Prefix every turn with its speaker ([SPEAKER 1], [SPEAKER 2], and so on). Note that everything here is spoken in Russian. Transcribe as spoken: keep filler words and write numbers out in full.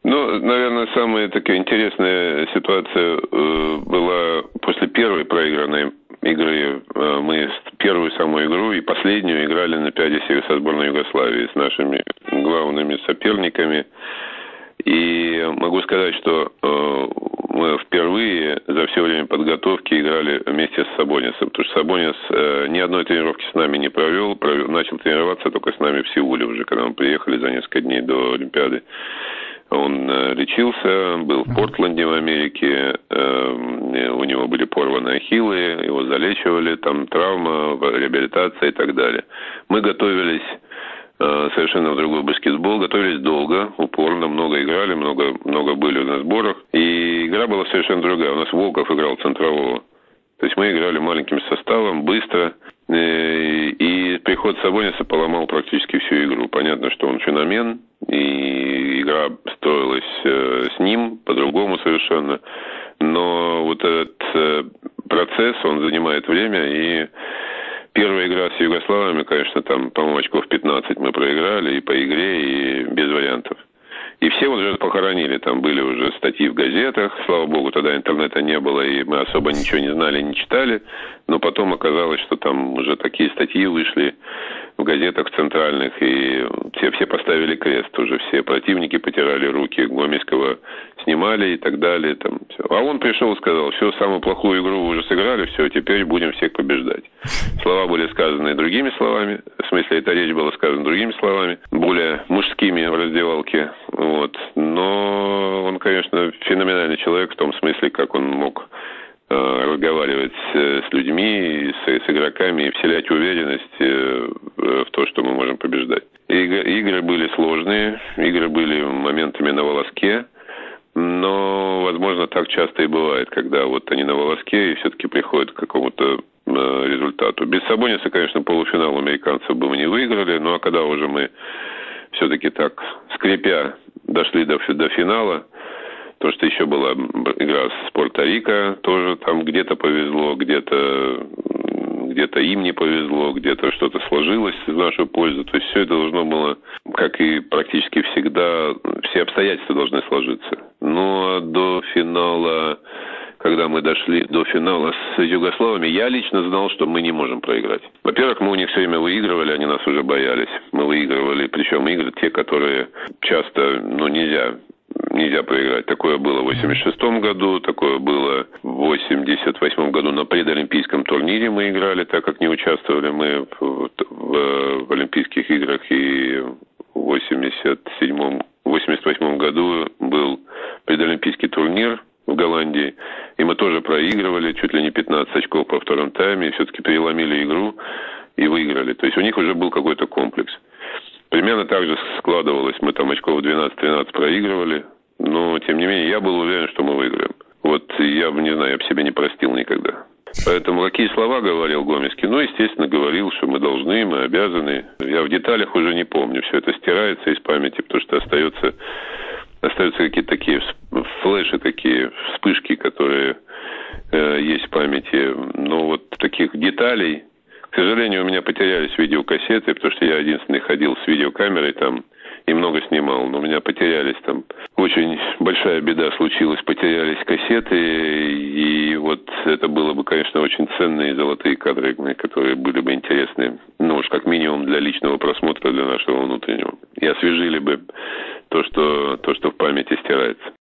[SPEAKER 1] Ну, наверное, самая такая интересная ситуация э, была после первой проигранной игры. Э, мы первую самую игру и последнюю играли на пиадисе со сборной Югославии с нашими главными соперниками. И могу сказать, что э, мы впервые за все время подготовки играли вместе с Сабонисом. Потому что Сабонис э, ни одной тренировки с нами не провел, провел. Начал тренироваться только с нами в Сеуле уже, когда мы приехали за несколько дней до Олимпиады. Он э, лечился, был в Портленде в Америке, э, у него были порваны ахиллы, его залечивали, там травма, реабилитация и так далее. Мы готовились э, совершенно в другой баскетбол, готовились долго, упорно, много играли, много, много были на сборах, и игра была совершенно другая. У нас Волков играл центрового. То есть мы играли маленьким составом, быстро, и приход Сабониса поломал практически всю игру. Понятно, что он феномен, и игра строилась с ним по-другому совершенно. Но вот этот процесс, он занимает время, и первая игра с югославами, конечно, там, по-моему, очков пятнадцать мы проиграли и по игре, и без вариантов. И все уже похоронили, там были уже статьи в газетах, слава богу, тогда интернета не было, и мы особо ничего не знали, не читали, но потом оказалось, что там уже такие статьи вышли в газетах центральных, и все, все поставили крест уже, все противники потирали руки, Гомельского снимали и так далее. Там, все. А он пришел и сказал: все, самую плохую игру вы уже сыграли, все, теперь будем всех побеждать. Слова были сказаны другими словами, в смысле, эта речь была сказана другими словами, более мужскими в раздевалке. Вот. Но он, конечно, феноменальный человек в том смысле, как он мог э, разговаривать с, с людьми, с, с игроками и вселять уверенность э, в то, что мы можем побеждать. Игры, игры были сложные, игры были моментами на волоске, но, возможно, так часто и бывает, когда вот они на волоске и все-таки приходят к какому-то э, результату. Без Сабониса, конечно, полуфинал американцев бы мы не выиграли, ну а когда уже мы все-таки так, скрипя, дошли до, до финала, то, что еще была игра с Пуэрто-Рико, тоже там где-то повезло, где-то где-то им не повезло, где-то что-то сложилось в нашу пользу. То есть все это должно было, как и практически всегда, все обстоятельства должны сложиться. Ну, а до финала, когда мы дошли до финала с югославами, я лично знал, что мы не можем проиграть. Во-первых, мы у них все время выигрывали, они нас уже боялись. Мы выигрывали, причем игры те, которые часто, ну, нельзя... Нельзя проиграть. Такое было в восемьдесят шестом году, такое было в восемьдесят восьмом году на предолимпийском турнире мы играли, так как не участвовали мы в, в, в Олимпийских играх. И в восемьдесят седьмом восемьдесят восьмом году был предолимпийский турнир в Голландии, и мы тоже проигрывали, чуть ли не пятнадцать очков по втором тайме, и все-таки переломили игру и выиграли. То есть у них уже был какой-то комплекс. Примерно так же складывалось. Мы там очков двенадцать-тринадцать проигрывали. Но, тем не менее, я был уверен, что мы выиграем. Вот я бы, не знаю, я бы себе не простил никогда. Поэтому какие слова говорил Гомельский? Ну, естественно, говорил, что мы должны, мы обязаны. Я в деталях уже не помню. Все это стирается из памяти, потому что остается, остаются какие-то такие флеши, такие вспышки, которые э, есть в памяти. Но вот таких деталей... К сожалению, у меня потерялись видеокассеты, потому что я единственный ходил с видеокамерой там и много снимал, но у меня потерялись там. Очень большая беда случилась, потерялись кассеты, и вот это было бы, конечно, очень ценные золотые кадры, которые были бы интересны, ну уж как минимум для личного просмотра, для нашего внутреннего. И освежили бы то, что, то, что в памяти стирается.